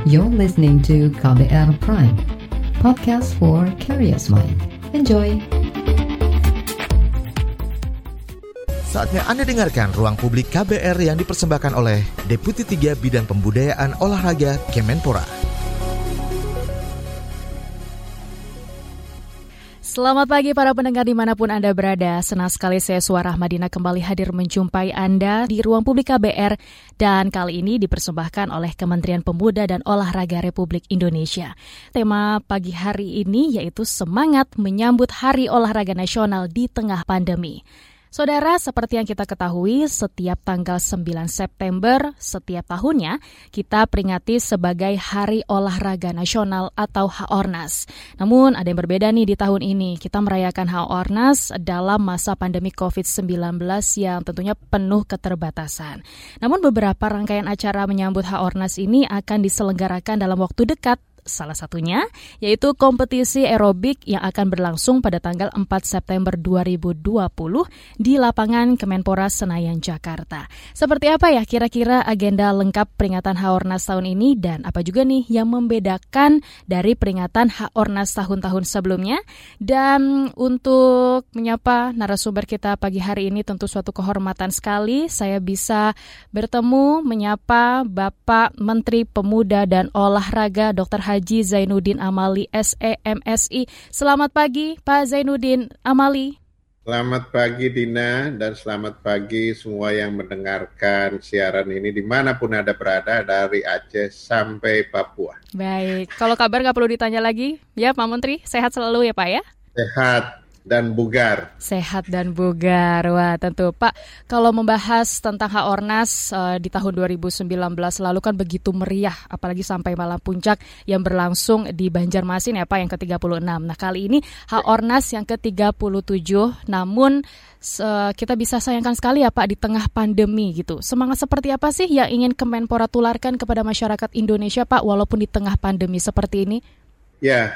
You're listening to KBR Prime, podcast for curious mind. Enjoy! Saatnya Anda dengarkan Ruang Publik KBR yang dipersembahkan oleh Deputi 3 Bidang Pembudayaan Olahraga Kemenpora. Selamat pagi para pendengar dimanapun Anda berada. Senang sekali saya Suara Ahmadina kembali hadir menjumpai Anda di Ruang Publik KBR. Dan kali ini dipersembahkan oleh Kementerian Pemuda dan Olahraga Republik Indonesia. Tema pagi hari ini yaitu semangat menyambut Hari Olahraga Nasional di tengah pandemi. Saudara, seperti yang kita ketahui, setiap tanggal 9 September setiap tahunnya kita peringati sebagai Hari Olahraga Nasional atau HORNAS. Namun ada yang berbeda nih di tahun ini. Kita merayakan HORNAS dalam masa pandemi COVID-19 yang tentunya penuh keterbatasan. Namun beberapa rangkaian acara menyambut HORNAS ini akan diselenggarakan dalam waktu dekat. Salah satunya yaitu kompetisi aerobik yang akan berlangsung pada tanggal 4 September 2020 di lapangan Kemenpora Senayan, Jakarta. Seperti apa ya kira-kira agenda lengkap peringatan HORNAS tahun ini dan apa juga nih yang membedakan dari peringatan HORNAS tahun-tahun sebelumnya? Dan untuk menyapa narasumber kita pagi hari ini tentu suatu kehormatan sekali saya bisa bertemu menyapa Bapak Menteri Pemuda dan Olahraga Dr. Haji Zainuddin Amali SEMSI. Selamat pagi Pak Zainuddin Amali. Selamat pagi Dina dan selamat pagi semua yang mendengarkan siaran ini dimanapun Anda berada dari Aceh sampai Papua. Baik, kalau kabar nggak perlu ditanya lagi ya Pak Menteri, sehat selalu ya Pak ya? Sehat dan bugar. Sehat dan bugar, wah tentu Pak. Kalau membahas tentang HORNAS di tahun 2019 lalu kan begitu meriah, apalagi sampai malam puncak yang berlangsung di Banjarmasin ya Pak yang ke-36. Nah kali ini HORNAS yang ke-37, namun kita bisa sayangkan sekali ya Pak di tengah pandemi gitu. Semangat seperti apa sih yang ingin Kemenpora tularkan kepada masyarakat Indonesia Pak walaupun di tengah pandemi seperti ini? Ya,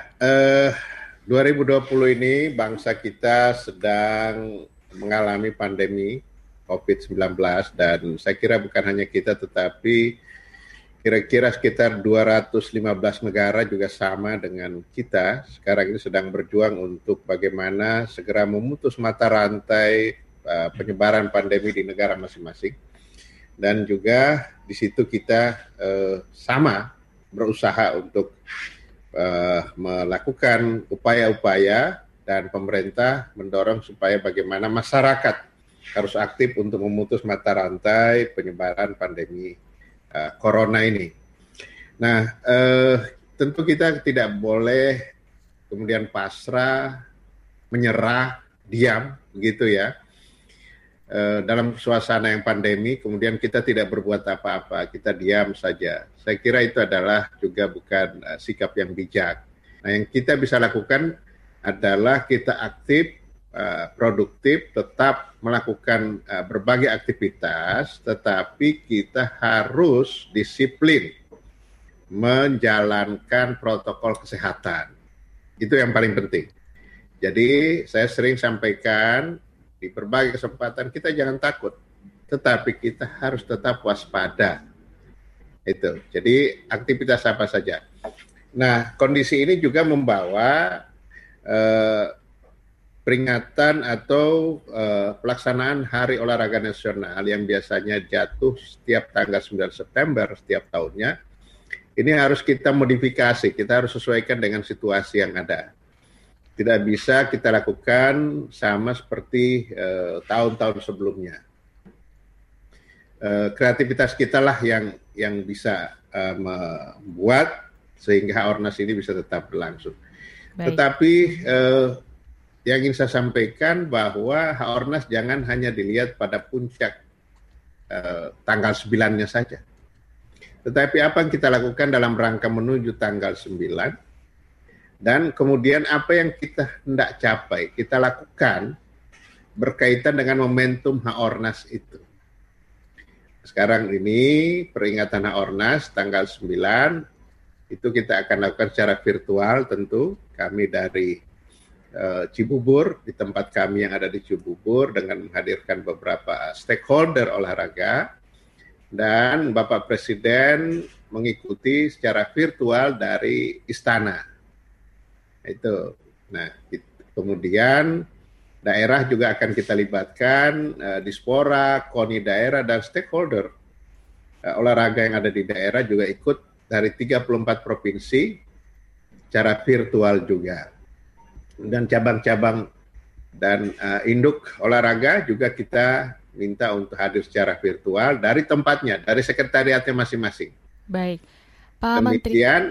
2020 ini bangsa kita sedang mengalami pandemi COVID-19 dan saya kira bukan hanya kita tetapi kira-kira sekitar 215 negara juga sama dengan kita. Sekarang ini sedang berjuang untuk bagaimana segera memutus mata rantai penyebaran pandemi di negara masing-masing. Dan juga di situ kita sama berusaha untuk melakukan upaya-upaya dan pemerintah mendorong supaya bagaimana masyarakat harus aktif untuk memutus mata rantai penyebaran pandemi corona ini. Nah, tentu kita tidak boleh kemudian pasrah, menyerah, diam, begitu ya. Dalam suasana yang pandemi, kemudian kita tidak berbuat apa-apa, kita diam saja. Saya kira itu adalah juga bukan sikap yang bijak. Nah, yang kita bisa lakukan adalah kita aktif, produktif, tetap melakukan berbagai aktivitas, tetapi kita harus disiplin menjalankan protokol kesehatan. Itu yang paling penting. Jadi, saya sering sampaikan di berbagai kesempatan kita jangan takut, tetapi kita harus tetap waspada. Itu. Jadi aktivitas apa saja. Nah, kondisi ini juga membawa peringatan atau pelaksanaan Hari Olahraga Nasional yang biasanya jatuh setiap tanggal 9 September setiap tahunnya. Ini harus kita modifikasi, kita harus sesuaikan dengan situasi yang ada. Tidak bisa kita lakukan sama seperti tahun-tahun sebelumnya. Kreativitas kita lah yang bisa membuat sehingga HORNAS ini bisa tetap berlangsung. Baik. Tetapi yang ingin saya sampaikan bahwa HORNAS jangan hanya dilihat pada puncak tanggal 9-nya saja. Tetapi apa yang kita lakukan dalam rangka menuju tanggal 9 dan kemudian apa yang kita hendak capai, kita lakukan berkaitan dengan momentum HORNAS itu. Sekarang ini peringatan HORNAS tanggal 9, itu kita akan lakukan secara virtual tentu. Kami dari Cibubur, di tempat kami yang ada di Cibubur dengan menghadirkan beberapa stakeholder olahraga. Dan Bapak Presiden mengikuti secara virtual dari istana. Itu. Nah, kemudian daerah juga akan kita libatkan, Dispora, KONI daerah, dan stakeholder olahraga yang ada di daerah juga ikut dari 34 provinsi secara virtual juga. Dan cabang-cabang dan induk olahraga juga kita minta untuk hadir secara virtual dari tempatnya, dari sekretariatnya masing-masing. Baik, Pak demikian,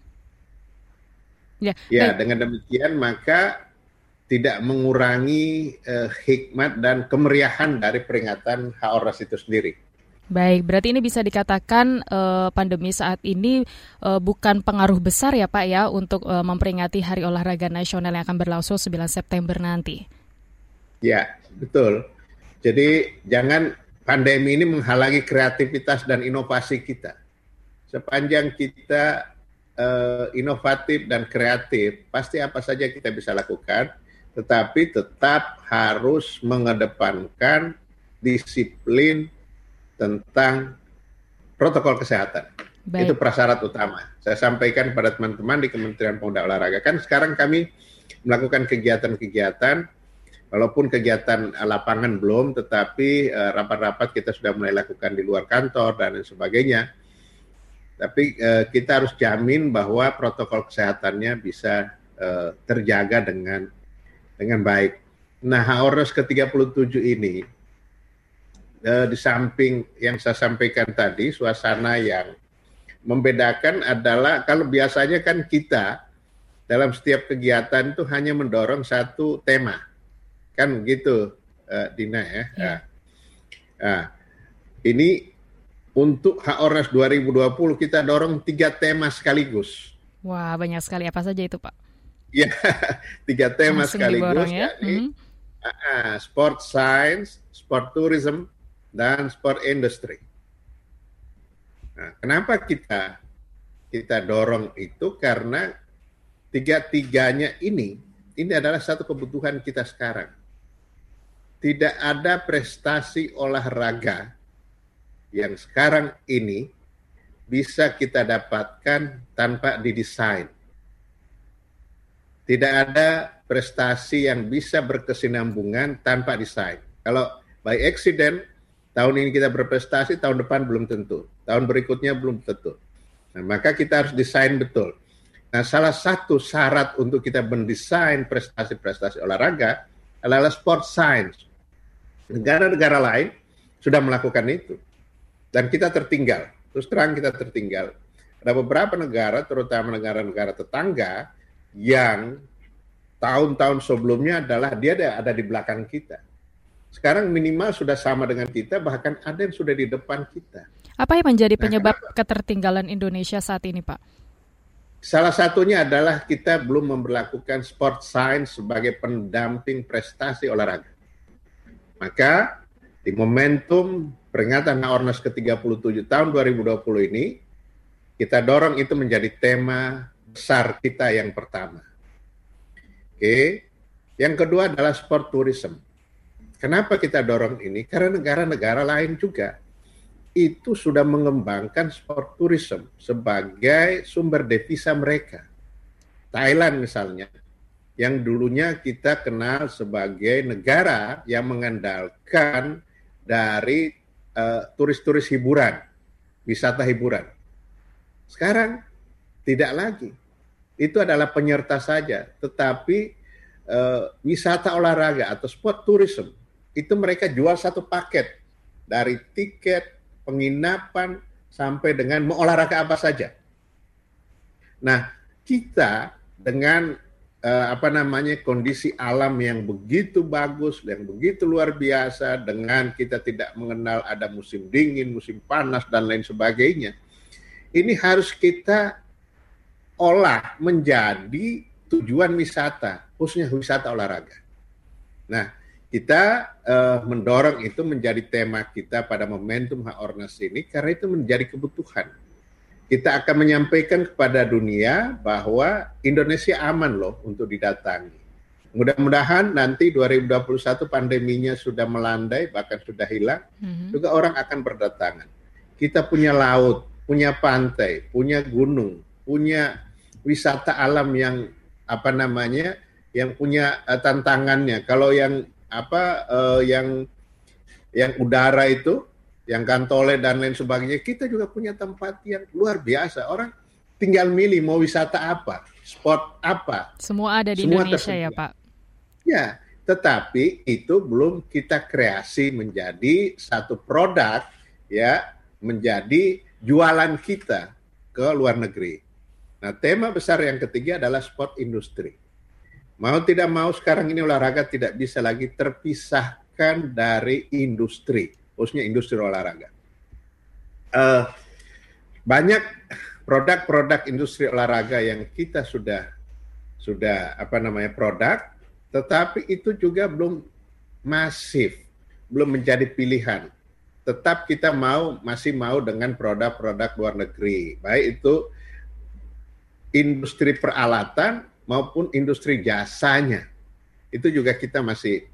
Menteri. Dengan demikian maka tidak mengurangi hikmat dan kemeriahan dari peringatan HORNAS itu sendiri. Baik, berarti ini bisa dikatakan pandemi saat ini bukan pengaruh besar ya Pak ya untuk memperingati Hari Olahraga Nasional yang akan berlangsung 9 September nanti. Ya, betul. Jadi jangan pandemi ini menghalangi kreativitas dan inovasi kita. Sepanjang kita inovatif dan kreatif, pasti apa saja kita bisa lakukan, tetapi tetap harus mengedepankan disiplin tentang protokol kesehatan. Baik. Itu prasyarat utama. Saya sampaikan kepada teman-teman di Kementerian Pemuda Olahraga. Kan sekarang kami melakukan kegiatan-kegiatan, walaupun kegiatan lapangan belum, tetapi rapat-rapat kita sudah mulai lakukan di luar kantor dan lain sebagainya. Tapi kita harus jamin bahwa protokol kesehatannya bisa terjaga dengan baik. Nah, HORNAS ke-37 ini, di samping yang saya sampaikan tadi, suasana yang membedakan adalah kalau biasanya kan kita dalam setiap kegiatan itu hanya mendorong satu tema. Kan begitu, Dina ya. Nah, ini untuk HORNAS 2020 kita dorong 3 tema sekaligus. Wah, banyak sekali. Apa saja itu, Pak? Ya, 3 tema langsung sekaligus. Diborong, ya? Yakni sport science, sport tourism, dan sport industry. Nah, kenapa kita dorong itu? Karena 3-tiganya ini adalah satu kebutuhan kita sekarang. Tidak ada prestasi olahraga yang sekarang ini bisa kita dapatkan tanpa didesain. Tidak ada prestasi yang bisa berkesinambungan tanpa desain. Kalau by accident, tahun ini kita berprestasi, tahun depan belum tentu. Tahun berikutnya belum tentu. Nah, maka kita harus desain betul. Nah, salah satu syarat untuk kita mendesain prestasi-prestasi olahraga adalah sport science. Negara-negara lain sudah melakukan itu. Dan kita tertinggal. Terus terang kita tertinggal. Ada beberapa negara, terutama negara-negara tetangga, yang tahun-tahun sebelumnya adalah dia ada di belakang kita. Sekarang minimal sudah sama dengan kita, bahkan ada yang sudah di depan kita. Apa yang menjadi penyebab ketertinggalan Indonesia saat ini, Pak? Salah satunya adalah kita belum memberlakukan sport science sebagai pendamping prestasi olahraga. Maka di momentum peringatan HORNAS ke-37 tahun 2020 ini, kita dorong itu menjadi tema besar kita yang pertama. Oke. Yang kedua adalah sport tourism. Kenapa kita dorong ini? Karena negara-negara lain juga itu sudah mengembangkan sport tourism sebagai sumber devisa mereka. Thailand misalnya, yang dulunya kita kenal sebagai negara yang mengandalkan dari turis-turis hiburan, wisata hiburan. Sekarang tidak lagi. Itu adalah penyerta saja, tetapi wisata olahraga atau sport tourism itu mereka jual satu paket dari tiket, penginapan, sampai dengan mau olahraga apa saja. Nah, kita dengan kondisi alam yang begitu bagus, yang begitu luar biasa, dengan kita tidak mengenal ada musim dingin, musim panas, dan lain sebagainya, ini harus kita olah menjadi tujuan wisata, khususnya wisata olahraga. Nah, kita mendorong itu menjadi tema kita pada momentum HORNAS ini karena itu menjadi kebutuhan. Kita akan menyampaikan kepada dunia bahwa Indonesia aman loh untuk didatangi. Mudah-mudahan nanti 2021 pandeminya sudah melandai, bahkan sudah hilang, juga orang akan berdatangan. Kita punya laut, punya pantai, punya gunung, punya wisata alam yang yang punya tantangannya. Kalau yang yang udara itu, yang Kantole dan lain sebagainya, kita juga punya tempat yang luar biasa. Orang tinggal milih mau wisata apa, spot apa. Semua ada di Indonesia tersedia. Ya Pak? Ya, tetapi itu belum kita kreasi menjadi satu produk, ya, menjadi jualan kita ke luar negeri. Nah, tema besar yang ketiga adalah sport industri. Mau tidak mau sekarang ini olahraga tidak bisa lagi terpisahkan dari industri, khususnya industri olahraga. Banyak produk-produk industri olahraga yang kita sudah produk, tetapi itu juga belum masif, belum menjadi pilihan. Tetap kita masih mau dengan produk-produk luar negeri, baik itu industri peralatan maupun industri jasanya. Itu juga kita masih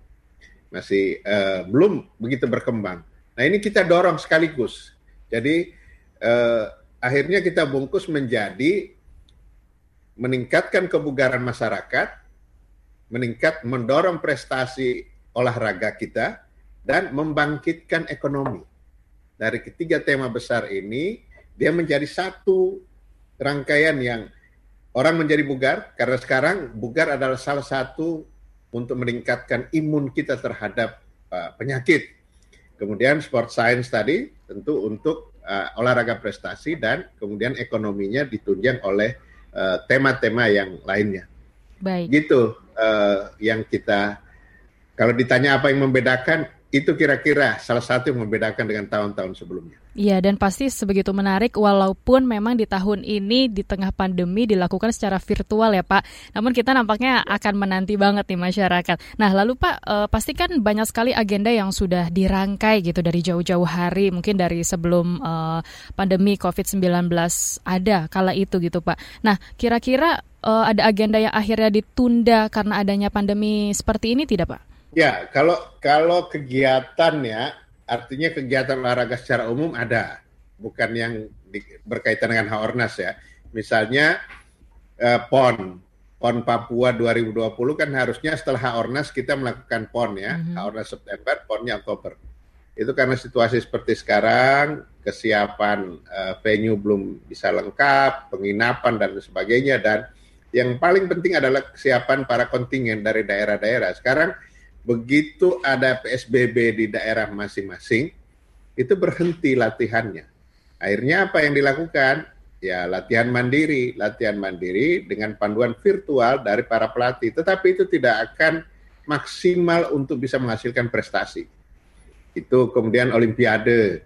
belum begitu berkembang. Nah, ini kita dorong sekaligus. Jadi akhirnya kita bungkus menjadi meningkatkan kebugaran masyarakat, mendorong prestasi olahraga kita, dan membangkitkan ekonomi. Dari ketiga tema besar ini, dia menjadi satu rangkaian yang orang menjadi bugar, karena sekarang bugar adalah salah satu untuk meningkatkan imun kita terhadap penyakit. Kemudian sport science tadi tentu untuk olahraga prestasi, dan kemudian ekonominya ditunjang oleh tema-tema yang lainnya. Baik. Gitu yang kita, kalau ditanya apa yang membedakan, itu kira-kira salah satu yang membedakan dengan tahun-tahun sebelumnya. Iya, dan pasti sebegitu menarik walaupun memang di tahun ini di tengah pandemi dilakukan secara virtual ya Pak. Namun kita nampaknya akan menanti banget nih masyarakat. Nah, lalu Pak, pasti kan banyak sekali agenda yang sudah dirangkai gitu dari jauh-jauh hari, mungkin dari sebelum pandemi COVID-19 ada kala itu gitu Pak. Nah, kira-kira ada agenda yang akhirnya ditunda karena adanya pandemi seperti ini tidak Pak? Ya, kalau kegiatan ya, artinya kegiatan olahraga secara umum ada, bukan yang berkaitan dengan Haornas ya. Misalnya PON Papua 2020 kan harusnya setelah Haornas kita melakukan PON ya, Haornas September, PON-nya Oktober. Itu karena situasi seperti sekarang, kesiapan venue belum bisa lengkap, penginapan dan sebagainya, dan yang paling penting adalah kesiapan para kontingen dari daerah-daerah. Sekarang begitu ada PSBB di daerah masing-masing, itu berhenti latihannya. Akhirnya apa yang dilakukan? Ya latihan mandiri dengan panduan virtual dari para pelatih. Tetapi itu tidak akan maksimal untuk bisa menghasilkan prestasi. Itu kemudian Olimpiade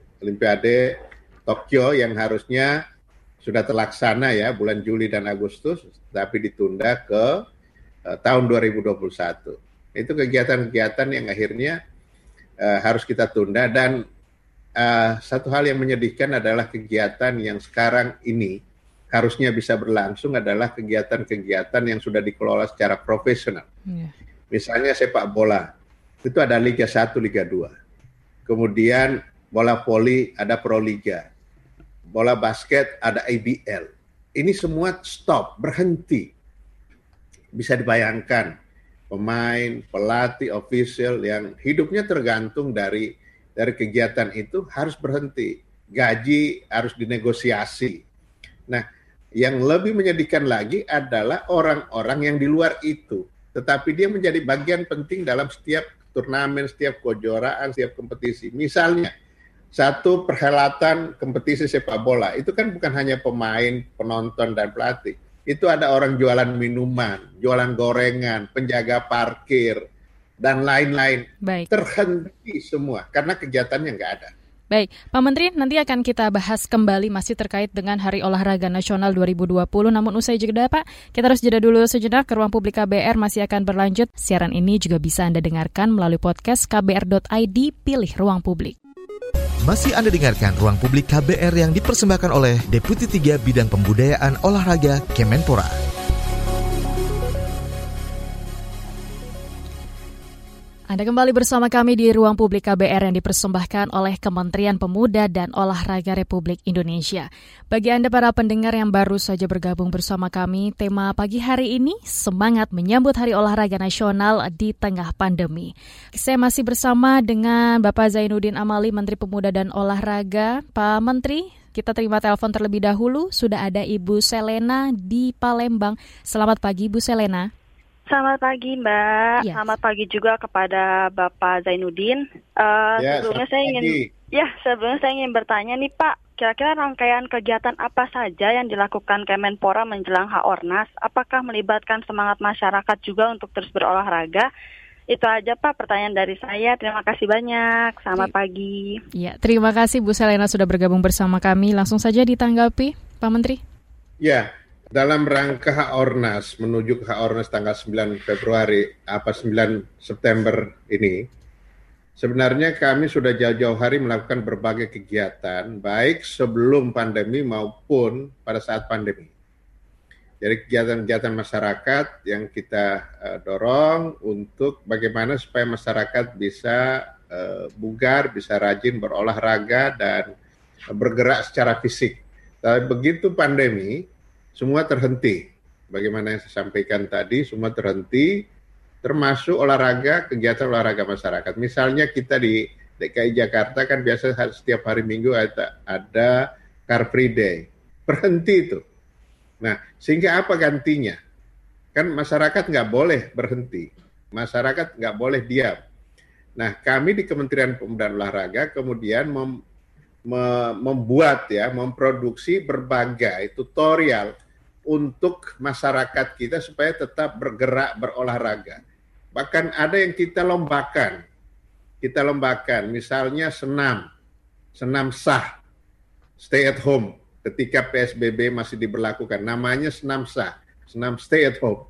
Tokyo yang harusnya sudah terlaksana ya bulan Juli dan Agustus, tapi ditunda ke tahun 2021. Itu kegiatan-kegiatan yang akhirnya harus kita tunda, dan satu hal yang menyedihkan adalah kegiatan yang sekarang ini harusnya bisa berlangsung adalah kegiatan-kegiatan yang sudah dikelola secara profesional. Misalnya sepak bola, itu ada Liga 1, Liga 2. Kemudian bola voli ada Proliga. Bola basket ada IBL. Ini semua stop, berhenti. Bisa dibayangkan pemain, pelatih, official yang hidupnya tergantung dari kegiatan itu harus berhenti. Gaji harus dinegosiasi. Nah, yang lebih menyedihkan lagi adalah orang-orang yang di luar itu. Tetapi dia menjadi bagian penting dalam setiap turnamen, setiap kejuaraan, setiap kompetisi. Misalnya, satu perhelatan kompetisi sepak bola, itu kan bukan hanya pemain, penonton, dan pelatih. Itu ada orang jualan minuman, jualan gorengan, penjaga parkir, dan lain-lain. Baik. Terhenti semua, karena kegiatannya nggak ada. Baik, Pak Menteri, nanti akan kita bahas kembali masih terkait dengan Hari Olahraga Nasional 2020. Namun usai jeda, Pak, kita harus jeda dulu sejenak. Ke Ruang Publik KBR masih akan berlanjut. Siaran ini juga bisa Anda dengarkan melalui podcast kbr.id, pilih Ruang Publik. Masih Anda dengarkan Ruang Publik KBR yang dipersembahkan oleh Deputi 3 Bidang Pembudayaan Olahraga Kemenpora. Anda kembali bersama kami di Ruang Publik KBR yang dipersembahkan oleh Kementerian Pemuda dan Olahraga Republik Indonesia. Bagi Anda para pendengar yang baru saja bergabung bersama kami, tema pagi hari ini semangat menyambut Hari Olahraga Nasional di tengah pandemi. Saya masih bersama dengan Bapak Zainuddin Amali, Menteri Pemuda dan Olahraga. Pak Menteri, kita terima telepon terlebih dahulu. Sudah ada Ibu Selena di Palembang. Selamat pagi, Ibu Selena. Selamat pagi, Mbak. Yes. Selamat pagi juga kepada Bapak Zainuddin. Sebelumnya saya ingin bertanya nih, Pak. Kira-kira rangkaian kegiatan apa saja yang dilakukan Kemenpora menjelang H-Ornas? Apakah melibatkan semangat masyarakat juga untuk terus berolahraga? Itu aja, Pak, pertanyaan dari saya. Terima kasih banyak. Selamat pagi. Ya, terima kasih Bu Selena sudah bergabung bersama kami. Langsung saja ditanggapi, Pak Menteri. Ya. Dalam rangka H-Ornas, menuju ke H-Ornas tanggal 9 September ini, sebenarnya kami sudah jauh-jauh hari melakukan berbagai kegiatan, baik sebelum pandemi maupun pada saat pandemi. Jadi kegiatan-kegiatan masyarakat yang kita dorong untuk bagaimana supaya masyarakat bisa bugar, bisa rajin berolahraga dan bergerak secara fisik. Tapi begitu pandemi, semua terhenti. Bagaimana yang saya sampaikan tadi, semua terhenti, termasuk olahraga, kegiatan olahraga masyarakat. Misalnya kita di DKI Jakarta kan biasa setiap hari Minggu ada Car Free Day. Berhenti itu. Nah, sehingga apa gantinya? Kan masyarakat nggak boleh berhenti. Masyarakat nggak boleh diam. Nah, kami di Kementerian Pemuda dan Olahraga kemudian memproduksi berbagai tutorial untuk masyarakat kita supaya tetap bergerak berolahraga. Bahkan ada yang kita lombakan, misalnya senam sah, stay at home ketika PSBB masih diberlakukan, namanya senam sah, senam stay at home.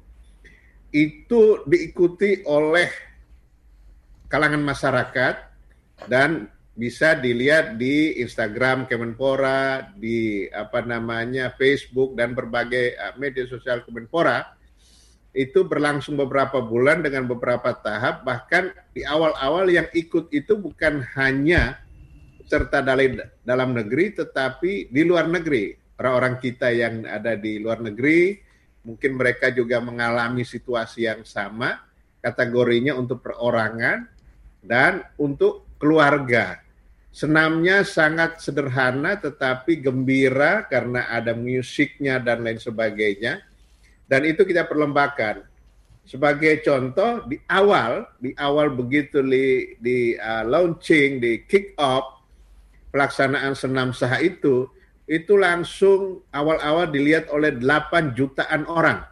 Itu diikuti oleh kalangan masyarakat dan bisa dilihat di Instagram Kemenpora, di Facebook dan berbagai media sosial Kemenpora. Itu berlangsung beberapa bulan dengan beberapa tahap, bahkan di awal-awal yang ikut itu bukan hanya serta dalam negeri tetapi di luar negeri. Orang-orang kita yang ada di luar negeri, mungkin mereka juga mengalami situasi yang sama, kategorinya untuk perorangan dan untuk keluarga. Senamnya sangat sederhana tetapi gembira karena ada musiknya dan lain sebagainya. Dan itu kita perlombakan. Sebagai contoh, di awal begitu di launching, di kick off pelaksanaan senam sah itu langsung awal-awal dilihat oleh 8 jutaan orang.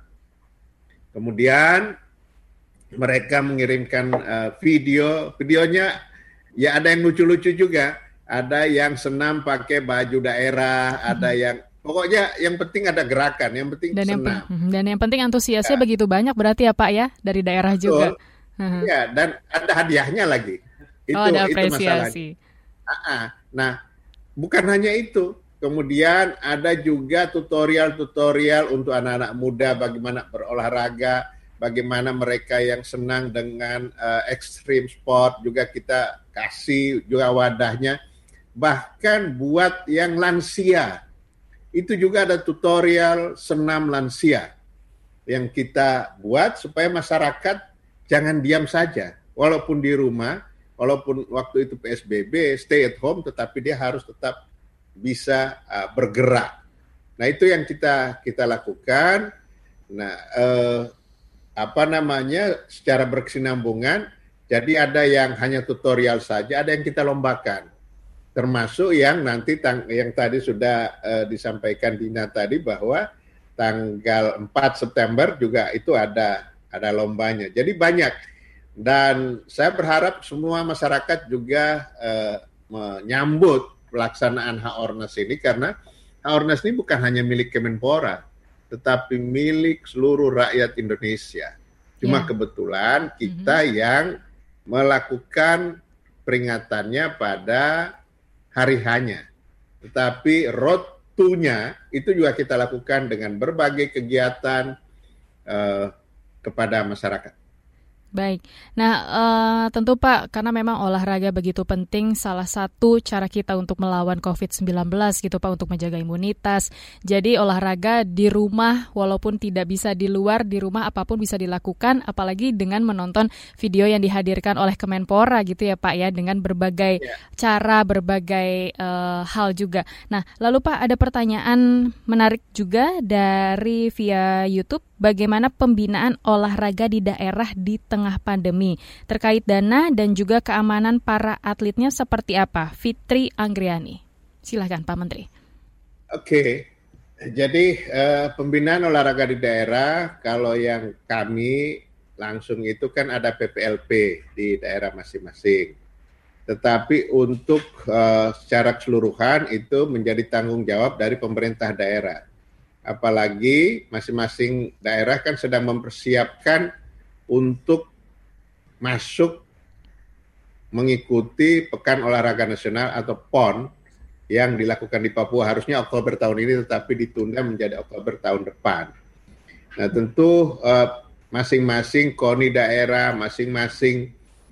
Kemudian mereka mengirimkan videonya. Ya ada yang lucu-lucu juga, ada yang senam pakai baju daerah, ada yang pokoknya yang penting ada gerakan, yang penting senam. Dan yang penting antusiasnya begitu banyak berarti ya Pak ya, dari daerah juga. Ya, dan ada hadiahnya lagi. Ada apresiasi. Nah, bukan hanya itu. Kemudian ada juga tutorial untuk anak-anak muda bagaimana berolahraga, bagaimana mereka yang senang dengan ekstrim sport juga kita kasih juga wadahnya. Bahkan buat yang lansia, itu juga ada tutorial senam lansia yang kita buat supaya masyarakat jangan diam saja. Walaupun di rumah, walaupun waktu itu PSBB, stay at home, tetapi dia harus tetap bisa bergerak. Nah itu yang kita lakukan. Nah secara berkesinambungan. Jadi ada yang hanya tutorial saja, ada yang kita lombakan. Termasuk yang nanti yang tadi sudah disampaikan Dina tadi bahwa tanggal 4 September juga itu ada lombanya. Jadi banyak. Dan saya berharap semua masyarakat juga menyambut pelaksanaan H-Ornas ini karena H-Ornas ini bukan hanya milik Kemenpora, tetapi milik seluruh rakyat Indonesia. Cuma kebetulan kita yang melakukan peringatannya pada hari hanya. Tetapi road to-nya itu juga kita lakukan dengan berbagai kegiatan kepada masyarakat. Baik. Nah, tentu Pak, karena memang olahraga begitu penting, salah satu cara kita untuk melawan COVID-19 gitu Pak, untuk menjaga imunitas. Jadi olahraga di rumah, walaupun tidak bisa di luar, di rumah apapun bisa dilakukan, apalagi dengan menonton video yang dihadirkan oleh Kemenpora gitu ya Pak ya, dengan berbagai cara, berbagai hal juga. Nah, lalu Pak, ada pertanyaan menarik juga dari via YouTube. Bagaimana pembinaan olahraga di daerah di tengah pandemi? Terkait dana dan juga keamanan para atletnya seperti apa? Fitri Anggriani. Silakan Pak Menteri. Oke, jadi pembinaan olahraga di daerah, kalau yang kami langsung itu kan ada PPLP di daerah masing-masing. Tetapi untuk secara keseluruhan itu menjadi tanggung jawab dari pemerintah daerah. Apalagi masing-masing daerah kan sedang mempersiapkan untuk masuk mengikuti Pekan Olahraga Nasional atau PON yang dilakukan di Papua. Harusnya Oktober tahun ini tetapi ditunda menjadi Oktober tahun depan. Nah tentu masing-masing KONI daerah, masing-masing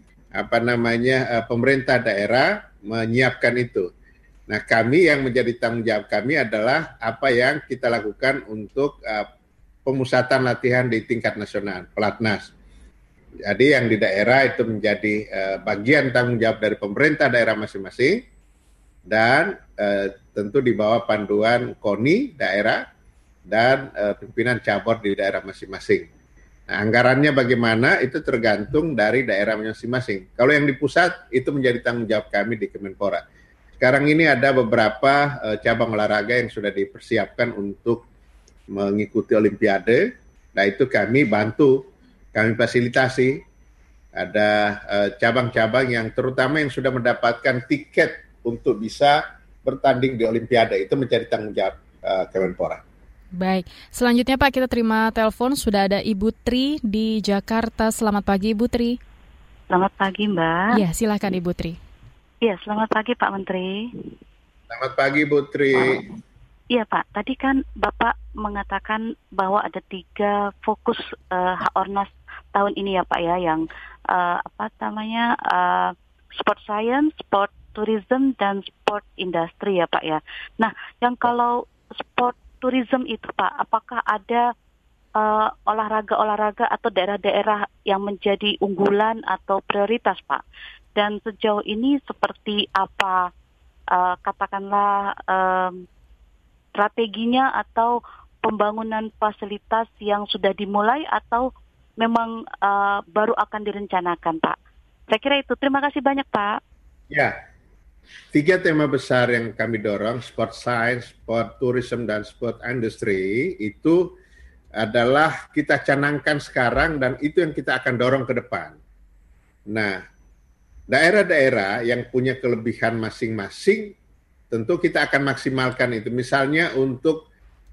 pemerintah daerah menyiapkan itu. Nah, kami yang menjadi tanggung jawab kami adalah apa yang kita lakukan untuk pemusatan latihan di tingkat nasional, Pelatnas. Jadi yang di daerah itu menjadi bagian tanggung jawab dari pemerintah daerah masing-masing dan tentu di bawah panduan KONI daerah dan pimpinan cabur di daerah masing-masing. Nah, anggarannya bagaimana itu tergantung dari daerah masing-masing. Kalau yang di pusat itu menjadi tanggung jawab kami di Kemenpora. Sekarang ini ada beberapa cabang olahraga yang sudah dipersiapkan untuk mengikuti Olimpiade. Nah itu kami bantu, kami fasilitasi. Ada cabang-cabang yang terutama yang sudah mendapatkan tiket untuk bisa bertanding di Olimpiade. Itu menjadi tanggung jawab Kemenpora. Baik, selanjutnya Pak kita terima telepon. Sudah ada Ibu Tri di Jakarta. Selamat pagi Ibu Tri. Selamat pagi Mbak. Ya silakan Ibu Tri. Iya, selamat pagi Pak Menteri. Selamat pagi Bu Tri. Iya Pak, tadi kan Bapak mengatakan bahwa ada 3 fokus H-Ornas tahun ini ya Pak ya, yang sport science, sport tourism, dan sport industry ya Pak ya. Nah, yang kalau sport tourism itu Pak, apakah ada olahraga-olahraga atau daerah-daerah yang menjadi unggulan atau prioritas Pak? Dan sejauh ini seperti apa katakanlah strateginya atau pembangunan fasilitas yang sudah dimulai atau memang baru akan direncanakan Pak? Saya kira itu. Terima kasih banyak Pak. Ya, 3 tema besar yang kami dorong, sport science, sport tourism, dan sport industry itu adalah kita canangkan sekarang dan itu yang kita akan dorong ke depan. Nah, daerah-daerah yang punya kelebihan masing-masing, tentu kita akan maksimalkan itu. Misalnya untuk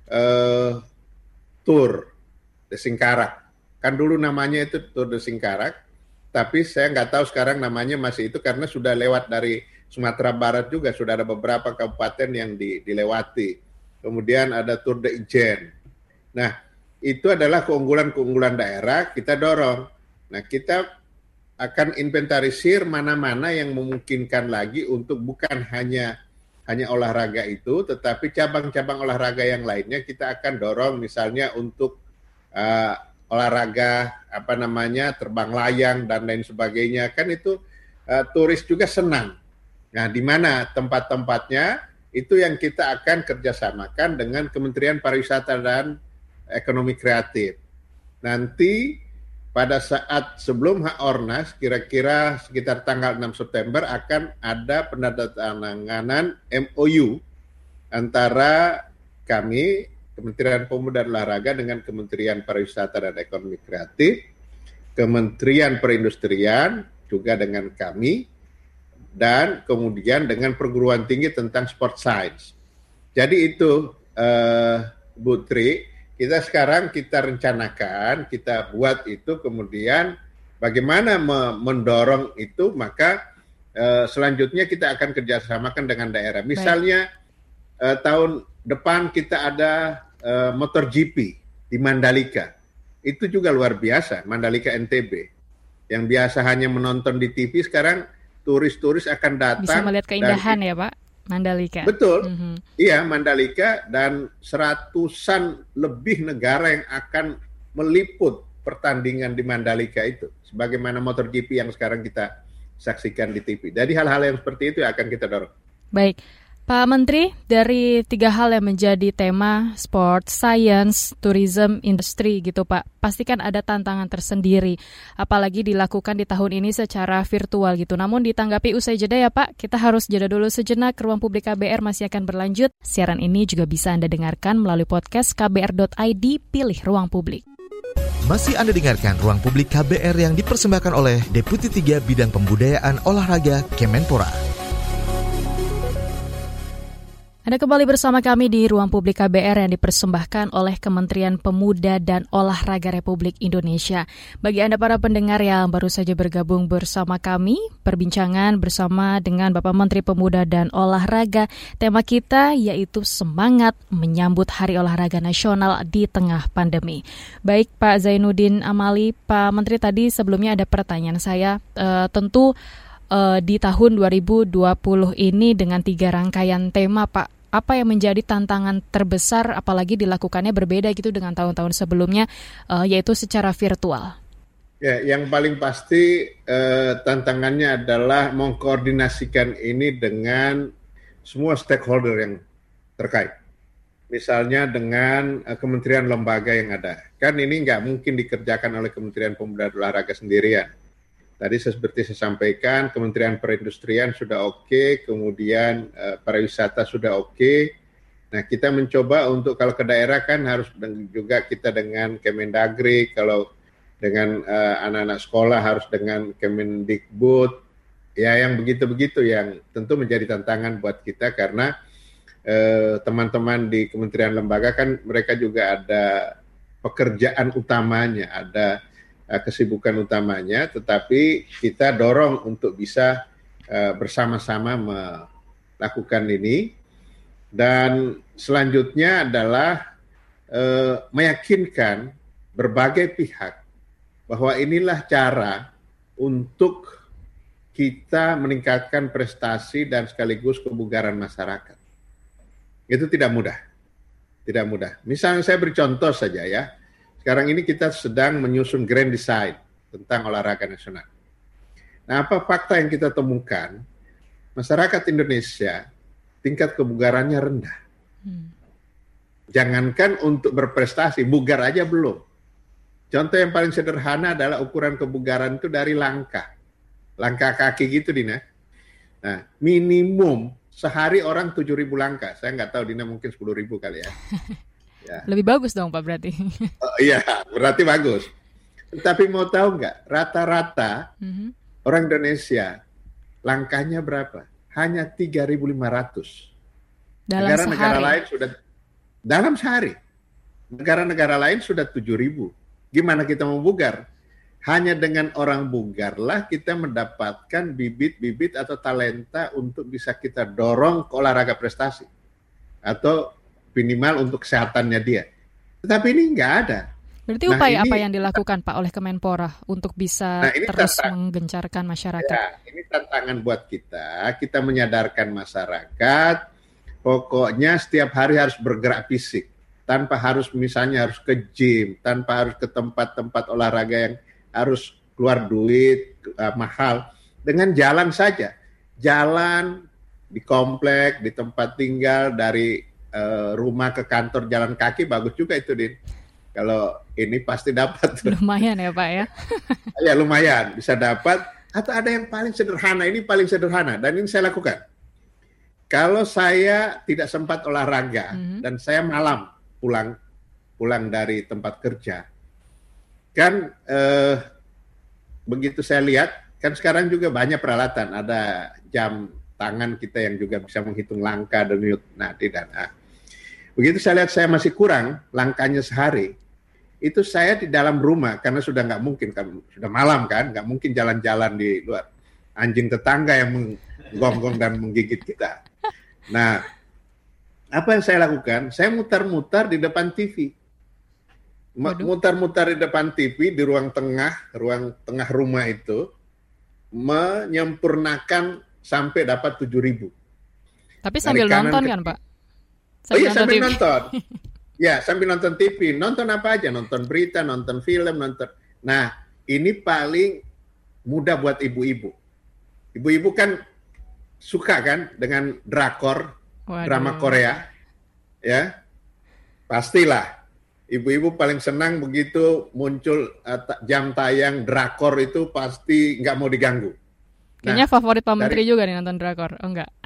Tour de Singkarak. Kan dulu namanya itu Tour de Singkarak, tapi saya nggak tahu sekarang namanya masih itu karena sudah lewat dari Sumatera Barat juga, sudah ada beberapa kabupaten yang dilewati. Kemudian ada Tour de Ijen. Nah, itu adalah keunggulan-keunggulan daerah kita dorong. Nah, kita akan inventarisir mana-mana yang memungkinkan lagi untuk bukan hanya olahraga itu, tetapi cabang-cabang olahraga yang lainnya kita akan dorong, misalnya untuk olahraga terbang layang dan lain sebagainya. Kan itu turis juga senang. Nah, di mana tempat-tempatnya itu yang kita akan kerjasamakan dengan Kementerian Pariwisata dan Ekonomi Kreatif. Nanti pada saat sebelum H-Ornas, kira-kira sekitar tanggal 6 September akan ada penandatanganan MOU antara kami, Kementerian Pemuda dan Olahraga, dengan Kementerian Pariwisata dan Ekonomi Kreatif, Kementerian Perindustrian juga dengan kami, dan kemudian dengan perguruan tinggi tentang sport science. Jadi itu, Bu Tri, kita sekarang kita rencanakan, kita buat itu, kemudian bagaimana mendorong itu, maka selanjutnya kita akan kerjasamakan dengan daerah. Misalnya tahun depan kita ada MotoGP di Mandalika. Itu juga luar biasa, Mandalika NTB. Yang biasa hanya menonton di TV, sekarang turis-turis akan datang. Bisa melihat keindahan ya Pak, Mandalika. Betul, iya Mandalika, dan 100-an lebih negara yang akan meliput pertandingan di Mandalika itu. Sebagaimana MotoGP yang sekarang kita saksikan di TV. Jadi hal-hal yang seperti itu akan kita dorong. Baik. Pak Menteri, dari 3 hal yang menjadi tema sport, science, tourism, industri gitu Pak, pastikan ada tantangan tersendiri, apalagi dilakukan di tahun ini secara virtual gitu. Namun ditanggapi usai jeda ya Pak, kita harus jeda dulu sejenak, Ruang Publik KBR masih akan berlanjut. Siaran ini juga bisa Anda dengarkan melalui podcast kbr.id, pilih Ruang Publik. Masih Anda dengarkan Ruang Publik KBR yang dipersembahkan oleh Deputi 3 Bidang Pembudayaan Olahraga Kemenpora. Anda kembali bersama kami di Ruang Publik KBR yang dipersembahkan oleh Kementerian Pemuda dan Olahraga Republik Indonesia. Bagi Anda para pendengar yang baru saja bergabung bersama kami, perbincangan bersama dengan Bapak Menteri Pemuda dan Olahraga. Tema kita yaitu semangat menyambut Hari Olahraga Nasional di tengah pandemi. Baik Pak Zainuddin Amali, Pak Menteri, tadi sebelumnya ada pertanyaan saya, tentu di tahun 2020 ini dengan 3 rangkaian tema Pak, apa yang menjadi tantangan terbesar apalagi dilakukannya berbeda gitu dengan tahun-tahun sebelumnya, yaitu secara virtual? Ya, yang paling pasti tantangannya adalah mengkoordinasikan ini dengan semua stakeholder yang terkait. Misalnya dengan kementerian lembaga yang ada. Kan ini nggak mungkin dikerjakan oleh Kementerian Pemuda dan Olahraga sendirian. Tadi seperti saya sampaikan, Kementerian Perindustrian sudah oke, kemudian pariwisata sudah oke. Nah, kita mencoba untuk kalau ke daerah kan harus juga kita dengan Kemendagri, kalau dengan anak-anak sekolah harus dengan Kemendikbud. Ya, yang begitu-begitu yang tentu menjadi tantangan buat kita karena teman-teman di kementerian lembaga kan mereka juga ada pekerjaan utamanya, ada kesibukan utamanya, tetapi kita dorong untuk bisa bersama-sama melakukan ini. Dan selanjutnya adalah meyakinkan berbagai pihak bahwa inilah cara untuk kita meningkatkan prestasi dan sekaligus kebugaran masyarakat. Itu tidak mudah. Tidak mudah. Misalnya saya beri contoh saja ya. Sekarang ini kita sedang menyusun Grand Design tentang olahraga nasional. Nah, apa fakta yang kita temukan? Masyarakat Indonesia tingkat kebugarannya rendah. Jangankan untuk berprestasi, bugar aja belum. Contoh yang paling sederhana adalah ukuran kebugaran itu dari langkah kaki gitu, Dina. Nah, minimum sehari orang 7.000 langkah. Saya nggak tahu, Dina mungkin 10.000 kali ya. Ya. Lebih bagus dong Pak berarti. Iya, berarti bagus. Tapi mau tahu nggak, rata-rata orang Indonesia langkahnya berapa? Hanya 3.500. Negara-negara lain sudah dalam sehari. Negara-negara lain sudah 7.000. Gimana kita mau bugar? Hanya dengan orang bugarlah kita mendapatkan bibit-bibit atau talenta untuk bisa kita dorong ke olahraga prestasi. Atau minimal untuk kesehatannya dia. Tetapi ini nggak ada. Berarti upaya apa yang dilakukan Pak oleh Kemenpora untuk bisa terus menggencarkan masyarakat? Ya, ini tantangan buat kita. Kita menyadarkan masyarakat, pokoknya setiap hari harus bergerak fisik. Tanpa harus misalnya harus ke gym, tanpa harus ke tempat-tempat olahraga yang harus keluar duit mahal. Dengan jalan saja. Jalan di komplek, di tempat tinggal, dari rumah ke kantor jalan kaki bagus juga itu, Din. Kalau ini pasti dapat. Lumayan ya Pak ya. Ya lumayan bisa dapat. Atau ada yang paling sederhana, ini paling sederhana dan ini saya lakukan. Kalau saya tidak sempat olahraga dan saya malam pulang dari tempat kerja, kan begitu saya lihat kan sekarang juga banyak peralatan, ada jam tangan kita yang juga bisa menghitung langkah denyut nadi dan begitu saya lihat saya masih kurang langkahnya sehari, itu saya di dalam rumah karena sudah nggak mungkin kan sudah malam kan nggak mungkin jalan-jalan di luar, anjing tetangga yang menggonggong dan menggigit kita. Nah, apa yang saya lakukan? Saya mutar-mutar di depan TV. mutar-mutar di depan TV di ruang tengah rumah itu, menyempurnakan sampai dapat 7.000. Tapi sambil nonton kan, Pak? Sambil nonton. Ya, sambil nonton TV. Nonton apa aja? Nonton berita, nonton film, nonton. Nah, ini paling mudah buat ibu-ibu. Ibu-ibu kan suka kan dengan drakor, drama Korea. Ya, pastilah. Ibu-ibu paling senang begitu muncul jam tayang drakor itu pasti nggak mau diganggu. Kayaknya favorit Pak Menteri juga nih nonton drakor, oh enggak?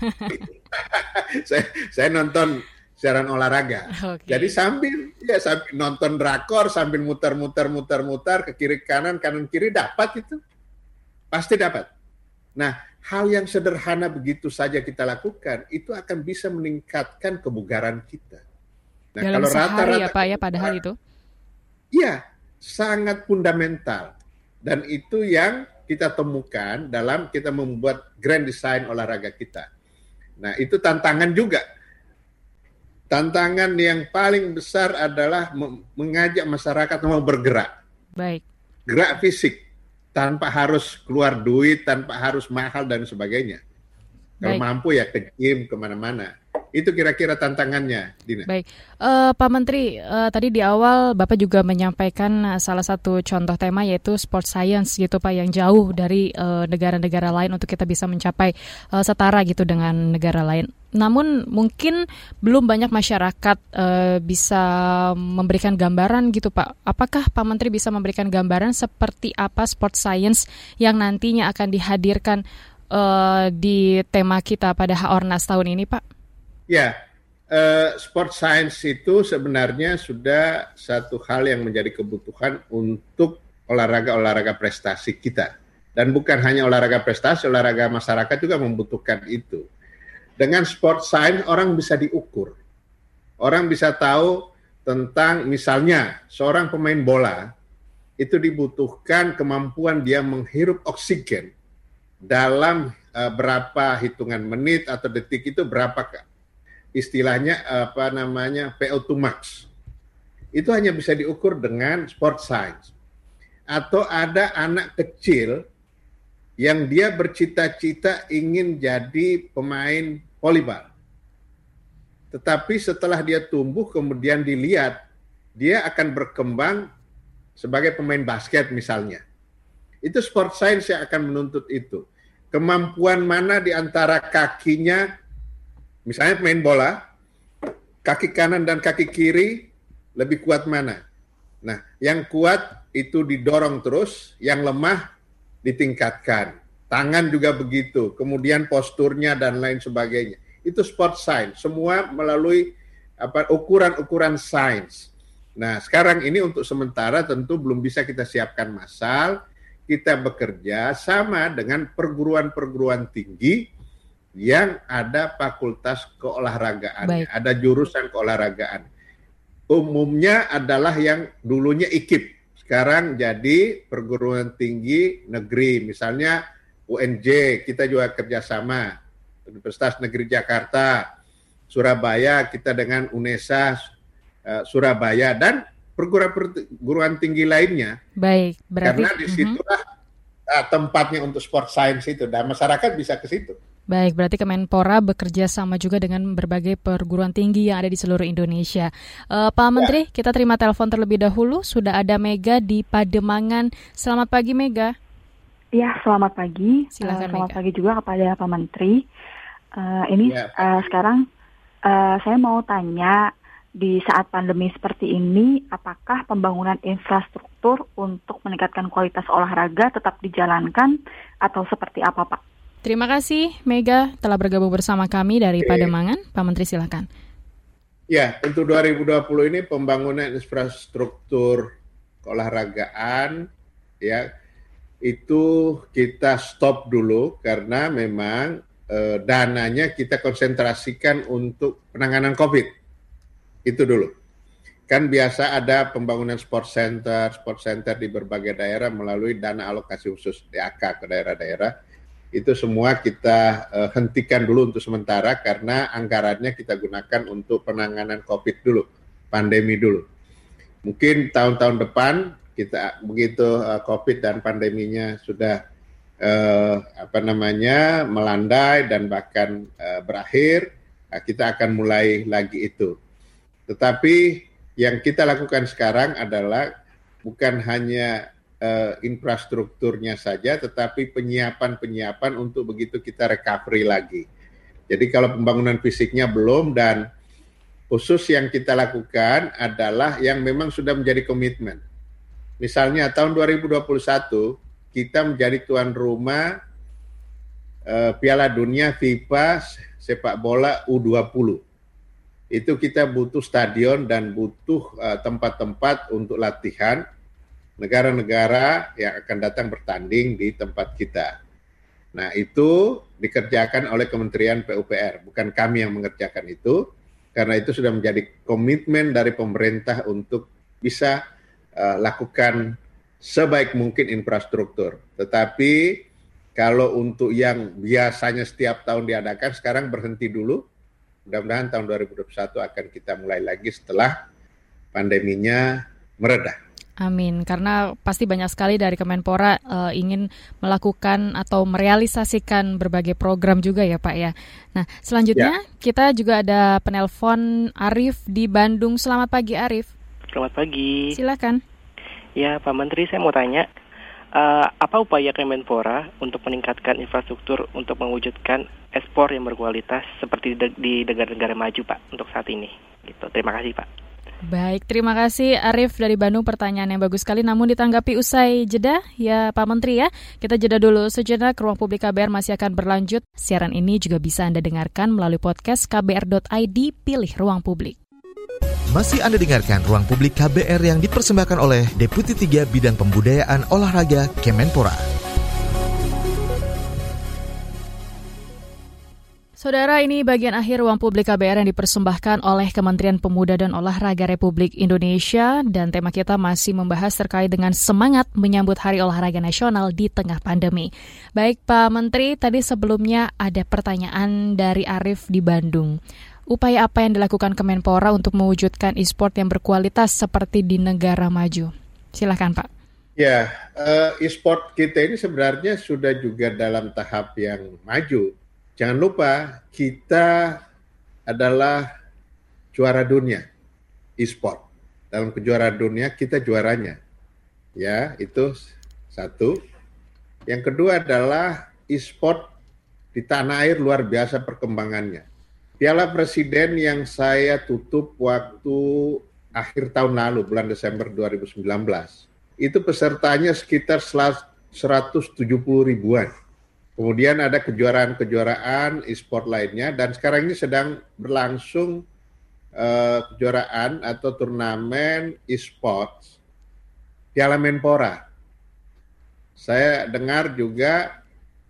saya nonton siaran olahraga. Okay. Jadi sambil nonton drakor sambil muter-muter ke kiri kanan kiri dapat itu. Pasti dapat. Nah, hal yang sederhana begitu saja kita lakukan itu akan bisa meningkatkan kebugaran kita. Nah, dalam kalau sehari rata-rata ya Pak ya padahal itu? Iya, sangat fundamental. Dan itu yang kita temukan dalam kita membuat grand design olahraga kita. Nah, itu tantangan juga. Tantangan yang paling besar adalah mengajak masyarakat mau bergerak. Baik. Gerak fisik, tanpa harus keluar duit, tanpa harus mahal dan sebagainya. Kalau mampu ya ke gym, kemana-mana. Itu kira-kira tantangannya, Dina. Baik, Pak Menteri, tadi di awal Bapak juga menyampaikan salah satu contoh tema yaitu sport science gitu Pak, yang jauh dari negara-negara lain untuk kita bisa mencapai setara gitu dengan negara lain. Namun mungkin belum banyak masyarakat bisa memberikan gambaran gitu Pak. Apakah Pak Menteri bisa memberikan gambaran seperti apa sport science yang nantinya akan dihadirkan di tema kita pada Haornas tahun ini Pak? Ya, sport science itu sebenarnya sudah satu hal yang menjadi kebutuhan untuk olahraga prestasi kita. Dan bukan hanya olahraga prestasi, olahraga masyarakat juga membutuhkan itu. Dengan sport science orang bisa diukur. Orang bisa tahu tentang misalnya seorang pemain bola itu dibutuhkan kemampuan dia menghirup oksigen dalam berapa hitungan menit atau detik itu berapa istilahnya VO2 max. Itu hanya bisa diukur dengan sport science. Atau ada anak kecil yang dia bercita-cita ingin jadi pemain volleyball. Tetapi setelah dia tumbuh kemudian dilihat dia akan berkembang sebagai pemain basket misalnya. Itu sport science yang akan menuntut itu. Kemampuan mana di antara kakinya, misalnya pemain bola, kaki kanan dan kaki kiri lebih kuat mana? Nah, yang kuat itu didorong terus, yang lemah ditingkatkan. Tangan juga begitu, kemudian posturnya dan lain sebagainya. Itu sport science, semua melalui ukuran-ukuran sains. Nah, sekarang ini untuk sementara tentu belum bisa kita siapkan massal, kita bekerja sama dengan perguruan-perguruan tinggi yang ada fakultas keolahragaan, ada jurusan keolahragaan. Umumnya adalah yang dulunya IKIP, sekarang jadi perguruan tinggi negeri, misalnya UNJ, kita juga kerjasama, Universitas Negeri Jakarta, Surabaya, kita dengan UNESA, Surabaya, dan perguruan tinggi lainnya. Baik, berarti karena disitulah tempatnya untuk sport science itu, dan masyarakat bisa ke situ. Baik, berarti Kemenpora bekerja sama juga dengan berbagai perguruan tinggi yang ada di seluruh Indonesia. Pak Menteri, kita terima telepon terlebih dahulu. Sudah ada Mega di Pademangan. Selamat pagi, Mega. Ya, selamat pagi. Silakan, selamat Mega. pagi juga kepada Pak Menteri. Sekarang saya mau tanya, di saat pandemi seperti ini, apakah pembangunan infrastruktur untuk meningkatkan kualitas olahraga tetap dijalankan atau seperti apa, Pak? Terima kasih, Mega, telah bergabung bersama kami dari Pademangan. Pak Menteri, silakan. Ya, untuk 2020 ini pembangunan infrastruktur keolahragaan, ya, itu kita stop dulu karena memang dananya kita konsentrasikan untuk penanganan COVID. Itu dulu. Kan biasa ada pembangunan sport center di berbagai daerah melalui dana alokasi khusus DAK ke daerah-daerah. Itu semua kita hentikan dulu untuk sementara karena anggarannya kita gunakan untuk penanganan COVID dulu, pandemi dulu. Mungkin tahun-tahun depan kita begitu COVID dan pandeminya sudah melandai dan bahkan berakhir, kita akan mulai lagi itu. Tetapi yang kita lakukan sekarang adalah bukan hanya infrastrukturnya saja, tetapi penyiapan untuk begitu kita recovery lagi. Jadi kalau pembangunan fisiknya belum, dan khusus yang kita lakukan adalah yang memang sudah menjadi komitmen. Misalnya tahun 2021 kita menjadi tuan rumah Piala Dunia FIFA sepak bola U20. Itu kita butuh stadion dan butuh tempat-tempat untuk latihan negara-negara yang akan datang bertanding di tempat kita. Nah, itu dikerjakan oleh Kementerian PUPR, bukan kami yang mengerjakan itu, karena itu sudah menjadi komitmen dari pemerintah untuk bisa lakukan sebaik mungkin infrastruktur. Tetapi kalau untuk yang biasanya setiap tahun diadakan, sekarang berhenti dulu. Mudah-mudahan tahun 2021 akan kita mulai lagi setelah pandeminya mereda. Amin, karena pasti banyak sekali dari Kemenpora ingin melakukan atau merealisasikan berbagai program juga ya Pak ya. Nah, selanjutnya kita juga ada penelpon Arif di Bandung. Selamat pagi Arif. Selamat pagi. Silakan. Ya Pak Menteri, saya mau tanya, apa upaya Kemenpora untuk meningkatkan infrastruktur untuk mewujudkan ekspor yang berkualitas seperti di negara-negara maju Pak untuk saat ini? Gitu. Terima kasih Pak. Baik, terima kasih Arif dari Bandung, pertanyaan yang bagus sekali, namun ditanggapi usai jeda ya Pak Menteri ya. Kita jeda dulu sejenak, Ruang Publik KBR masih akan berlanjut. Siaran ini juga bisa Anda dengarkan melalui podcast kbr.id, pilih Ruang Publik. Masih Anda dengarkan Ruang Publik KBR yang dipersembahkan oleh Deputi 3 Bidang Pembudayaan Olahraga Kemenpora. Saudara, ini bagian akhir Ruang Publik KBR yang dipersembahkan oleh Kementerian Pemuda dan Olahraga Republik Indonesia, dan tema kita masih membahas terkait dengan semangat menyambut Hari Olahraga Nasional di tengah pandemi. Baik Pak Menteri, tadi sebelumnya ada pertanyaan dari Arif di Bandung. Upaya apa yang dilakukan Kemenpora untuk mewujudkan e-sport yang berkualitas seperti di negara maju? Silakan Pak. Ya, e-sport kita ini sebenarnya sudah juga dalam tahap yang maju. Jangan lupa, kita adalah juara dunia e-sport. Dalam kejuaraan dunia, kita juaranya. Ya, itu satu. Yang kedua adalah e-sport di tanah air luar biasa perkembangannya. Piala Presiden yang saya tutup waktu akhir tahun lalu, bulan Desember 2019, itu pesertanya sekitar 170 ribuan. Kemudian ada kejuaraan-kejuaraan e-sport lainnya, dan sekarang ini sedang berlangsung kejuaraan atau turnamen e-sports Piala Menpora. Saya dengar juga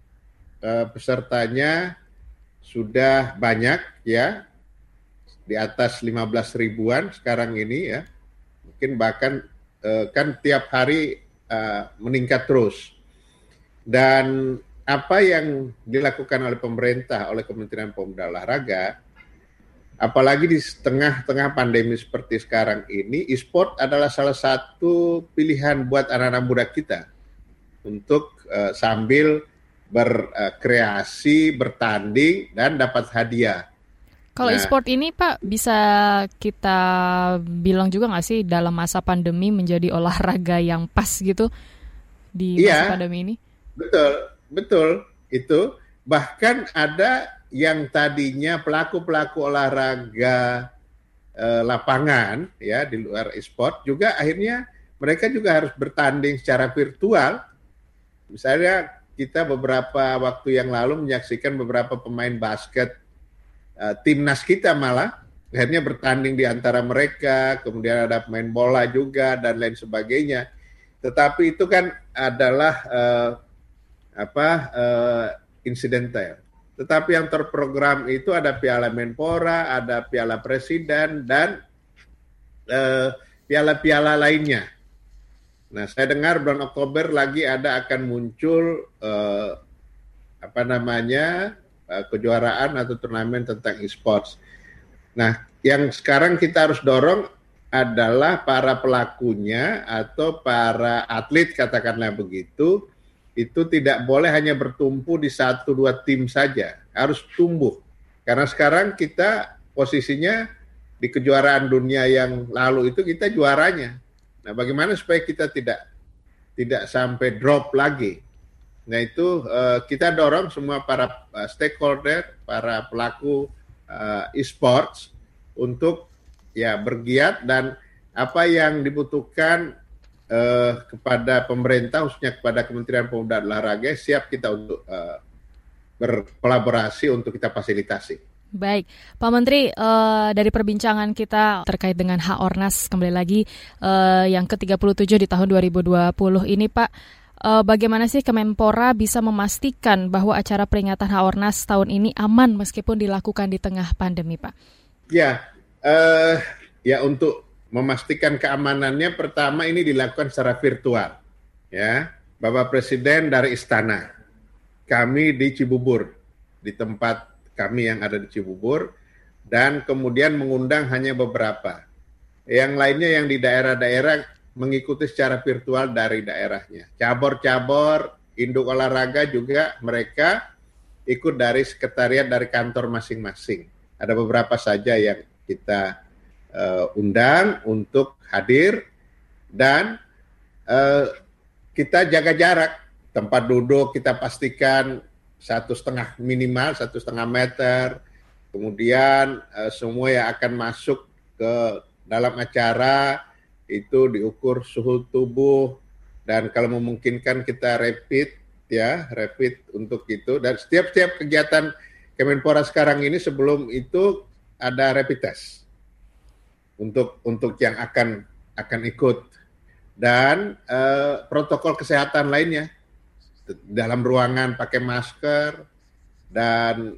pesertanya sudah banyak ya, di atas 15 ribuan sekarang ini ya. Mungkin bahkan kan tiap hari meningkat terus. Dan apa yang dilakukan oleh pemerintah, oleh Kementerian Pemuda dan Olahraga, apalagi di tengah-tengah pandemi seperti sekarang ini, e-sport adalah salah satu pilihan buat anak-anak muda kita untuk sambil berkreasi, bertanding, dan dapat hadiah. Kalau e-sport ini Pak, bisa kita bilang juga nggak sih dalam masa pandemi menjadi olahraga yang pas gitu di masa pandemi ini? Betul, itu. Bahkan ada yang tadinya pelaku-pelaku olahraga lapangan ya di luar e-sport juga akhirnya mereka juga harus bertanding secara virtual. Misalnya kita beberapa waktu yang lalu menyaksikan beberapa pemain basket timnas kita malah akhirnya bertanding di antara mereka, kemudian ada pemain bola juga dan lain sebagainya. Tetapi itu kan adalah insidental. Tetapi yang terprogram itu ada Piala Menpora, ada Piala Presiden, dan piala-piala lainnya. Nah, saya dengar bulan Oktober lagi akan muncul kejuaraan atau turnamen tentang e-sports. Nah, yang sekarang kita harus dorong adalah para pelakunya atau para atlet, katakanlah begitu, itu tidak boleh hanya bertumpu di 1-2 tim saja, harus tumbuh. Karena sekarang kita posisinya di kejuaraan dunia yang lalu itu kita juaranya. Nah, bagaimana supaya kita tidak sampai drop lagi? Nah, itu kita dorong semua para stakeholder, para pelaku e-sports untuk ya bergiat, dan apa yang dibutuhkan kepada pemerintah, khususnya kepada Kementerian Pemuda dan Olahraga, siap kita untuk berkolaborasi untuk kita fasilitasi. Baik, Pak Menteri, dari perbincangan kita terkait dengan HORNAS, kembali lagi yang ke-37 di tahun 2020 ini, Pak, bagaimana sih Kemenpora bisa memastikan bahwa acara peringatan HORNAS tahun ini aman meskipun dilakukan di tengah pandemi, Pak? Ya, untuk memastikan keamanannya, pertama ini dilakukan secara virtual. Ya, Bapak Presiden dari Istana, kami di Cibubur, di tempat kami yang ada di Cibubur, dan kemudian mengundang hanya beberapa. Yang lainnya yang di daerah-daerah mengikuti secara virtual dari daerahnya. Cabur-cabur, induk olahraga juga mereka ikut dari sekretariat dari kantor masing-masing. Ada beberapa saja yang kita undang untuk hadir, dan kita jaga jarak. Tempat duduk kita pastikan 1,5 minimal 1,5 meter. Kemudian semua yang akan masuk ke dalam acara itu diukur suhu tubuh, dan kalau memungkinkan kita rapid untuk itu. Dan setiap kegiatan Kemenpora sekarang ini, sebelum itu ada rapid test untuk yang akan ikut, dan protokol kesehatan lainnya. Dalam ruangan pakai masker, dan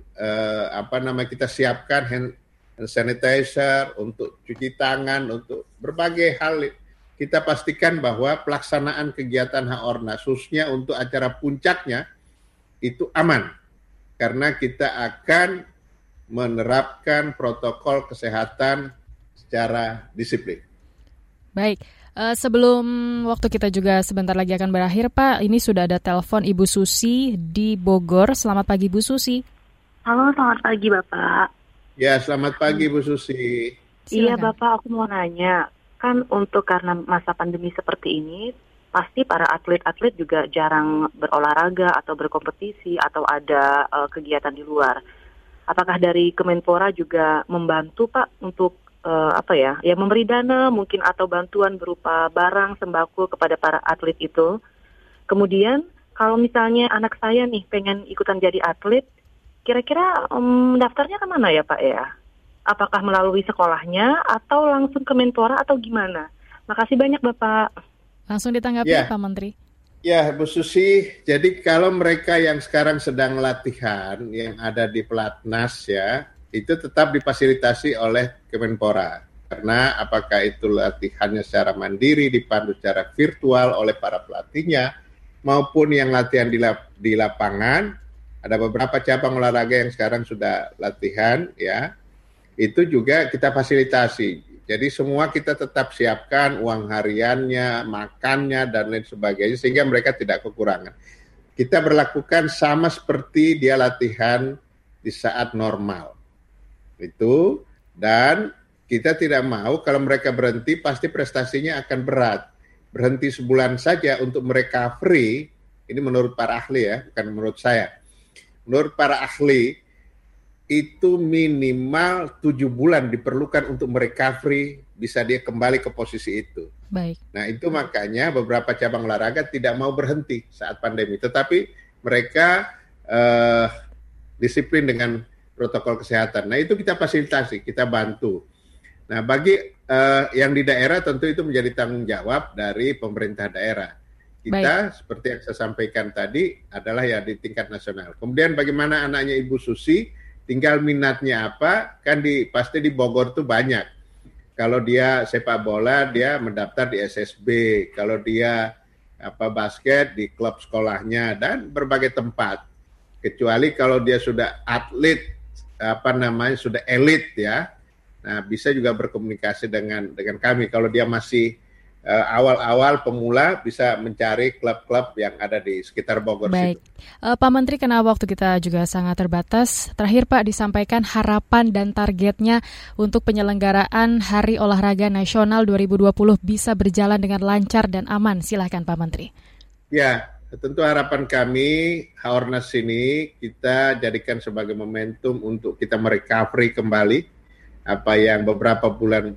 kita siapkan hand sanitizer untuk cuci tangan, untuk berbagai hal. Kita pastikan bahwa pelaksanaan kegiatan HORNAS, khususnya untuk acara puncaknya, itu aman, karena kita akan menerapkan protokol kesehatan secara disiplin. Baik. Sebelum waktu kita juga sebentar lagi akan berakhir, Pak, ini sudah ada telepon Ibu Susi di Bogor. Selamat pagi, Bu Susi. Halo, selamat pagi, Bapak. Ya, selamat pagi, Bu Susi. Silakan. Iya, Bapak, aku mau nanya. Kan karena masa pandemi seperti ini, pasti para atlet-atlet juga jarang berolahraga atau berkompetisi atau ada kegiatan di luar. Apakah dari Kemenpora juga membantu, Pak, untuk memberi dana mungkin atau bantuan berupa barang, sembako kepada para atlet itu? Kemudian kalau misalnya anak saya nih pengen ikutan jadi atlet, kira-kira daftarnya kemana ya, Pak ya? Apakah melalui sekolahnya atau langsung ke Kemenpora atau gimana? Makasih banyak, Bapak. Langsung ditanggapi, Pak Menteri. Ya, Bu Susi, jadi kalau mereka yang sekarang sedang latihan yang ada di Pelatnas ya, itu tetap difasilitasi oleh Kemenpora. Karena apakah itu latihannya secara mandiri, dipandu secara virtual oleh para pelatihnya, maupun yang latihan di lapangan, ada beberapa cabang olahraga yang sekarang sudah latihan, ya, itu juga kita fasilitasi. Jadi semua kita tetap siapkan uang hariannya, makannya, dan lain sebagainya, sehingga mereka tidak kekurangan. Kita berlakukan sama seperti dia latihan di saat normal. Itu, dan kita tidak mau kalau mereka berhenti pasti prestasinya akan berat. Berhenti sebulan saja untuk recovery, ini menurut para ahli ya, bukan menurut saya. Menurut para ahli, itu minimal 7 bulan diperlukan untuk merecovery, bisa dia kembali ke posisi itu. Baik. Nah, itu makanya beberapa cabang olahraga tidak mau berhenti saat pandemi, tetapi mereka disiplin dengan protokol kesehatan. Nah, itu kita fasilitasi, kita bantu. Nah, bagi yang di daerah tentu itu menjadi tanggung jawab dari pemerintah daerah. Kita seperti yang saya sampaikan tadi adalah ya di tingkat nasional. Kemudian bagaimana anaknya Ibu Susi, tinggal minatnya apa, kan pasti di Bogor tuh banyak. Kalau dia sepak bola, dia mendaftar di SSB. Kalau dia basket di klub sekolahnya dan berbagai tempat. Kecuali kalau dia sudah atlet, sudah elit ya, Nah, bisa juga berkomunikasi dengan kami. Kalau dia masih awal-awal pemula, bisa mencari klub-klub yang ada di sekitar Bogor. Baik, Pak Menteri, karena waktu kita juga sangat terbatas, terakhir Pak, disampaikan harapan dan targetnya untuk penyelenggaraan Hari Olahraga Nasional 2020 bisa berjalan dengan lancar dan aman. Silahkan Pak Menteri. Ya, tentu harapan kami Haornas ini kita jadikan sebagai momentum untuk kita merecovery kembali apa yang beberapa bulan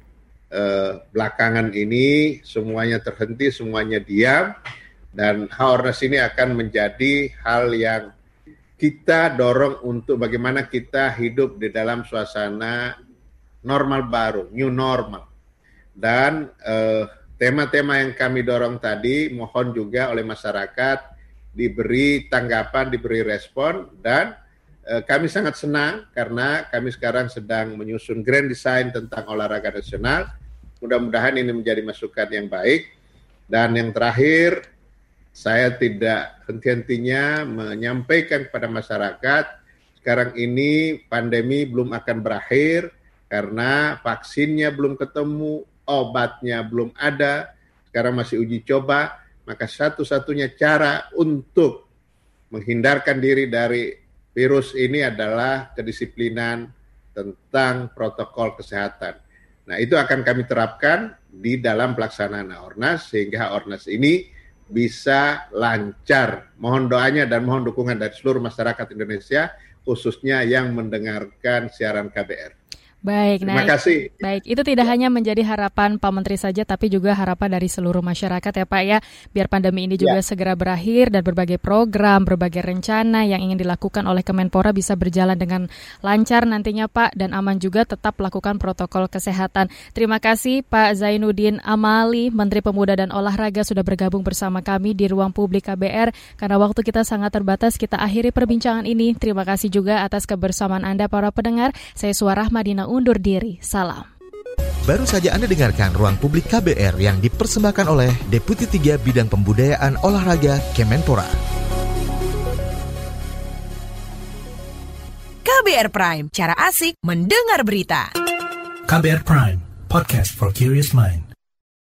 belakangan ini semuanya terhenti, semuanya diam, dan Haornas ini akan menjadi hal yang kita dorong untuk bagaimana kita hidup di dalam suasana normal baru, new normal. Dan tema-tema yang kami dorong tadi mohon juga oleh masyarakat diberi tanggapan, diberi respon, dan kami sangat senang karena kami sekarang sedang menyusun grand design tentang olahraga nasional. Mudah-mudahan ini menjadi masukan yang baik. Dan yang terakhir, saya tidak henti-hentinya menyampaikan kepada masyarakat, sekarang ini pandemi belum akan berakhir karena vaksinnya belum ketemu, obatnya belum ada, sekarang masih uji coba, maka satu-satunya cara untuk menghindarkan diri dari virus ini adalah kedisiplinan tentang protokol kesehatan. Nah, itu akan kami terapkan di dalam pelaksanaan Haornas sehingga Haornas ini bisa lancar. Mohon doanya dan mohon dukungan dari seluruh masyarakat Indonesia, khususnya yang mendengarkan siaran KBR. Baik, terima kasih. Baik, itu tidak hanya menjadi harapan Pak Menteri saja, tapi juga harapan dari seluruh masyarakat ya Pak ya, biar pandemi ini juga segera berakhir dan berbagai program, berbagai rencana yang ingin dilakukan oleh Kemenpora bisa berjalan dengan lancar nantinya Pak, dan aman juga, tetap lakukan protokol kesehatan. Terima kasih Pak Zainuddin Amali, Menteri Pemuda dan Olahraga sudah bergabung bersama kami di Ruang Publik KBR. Karena waktu kita sangat terbatas, kita akhiri perbincangan ini. Terima kasih juga atas kebersamaan Anda para pendengar. Saya Suara Madina undur diri. Salam. Baru saja Anda dengarkan Ruang Publik KBR yang dipersembahkan oleh Deputi 3 Bidang Pembudayaan Olahraga Kemenpora. KBR Prime, cara asik mendengar berita. KBR Prime, podcast for curious mind.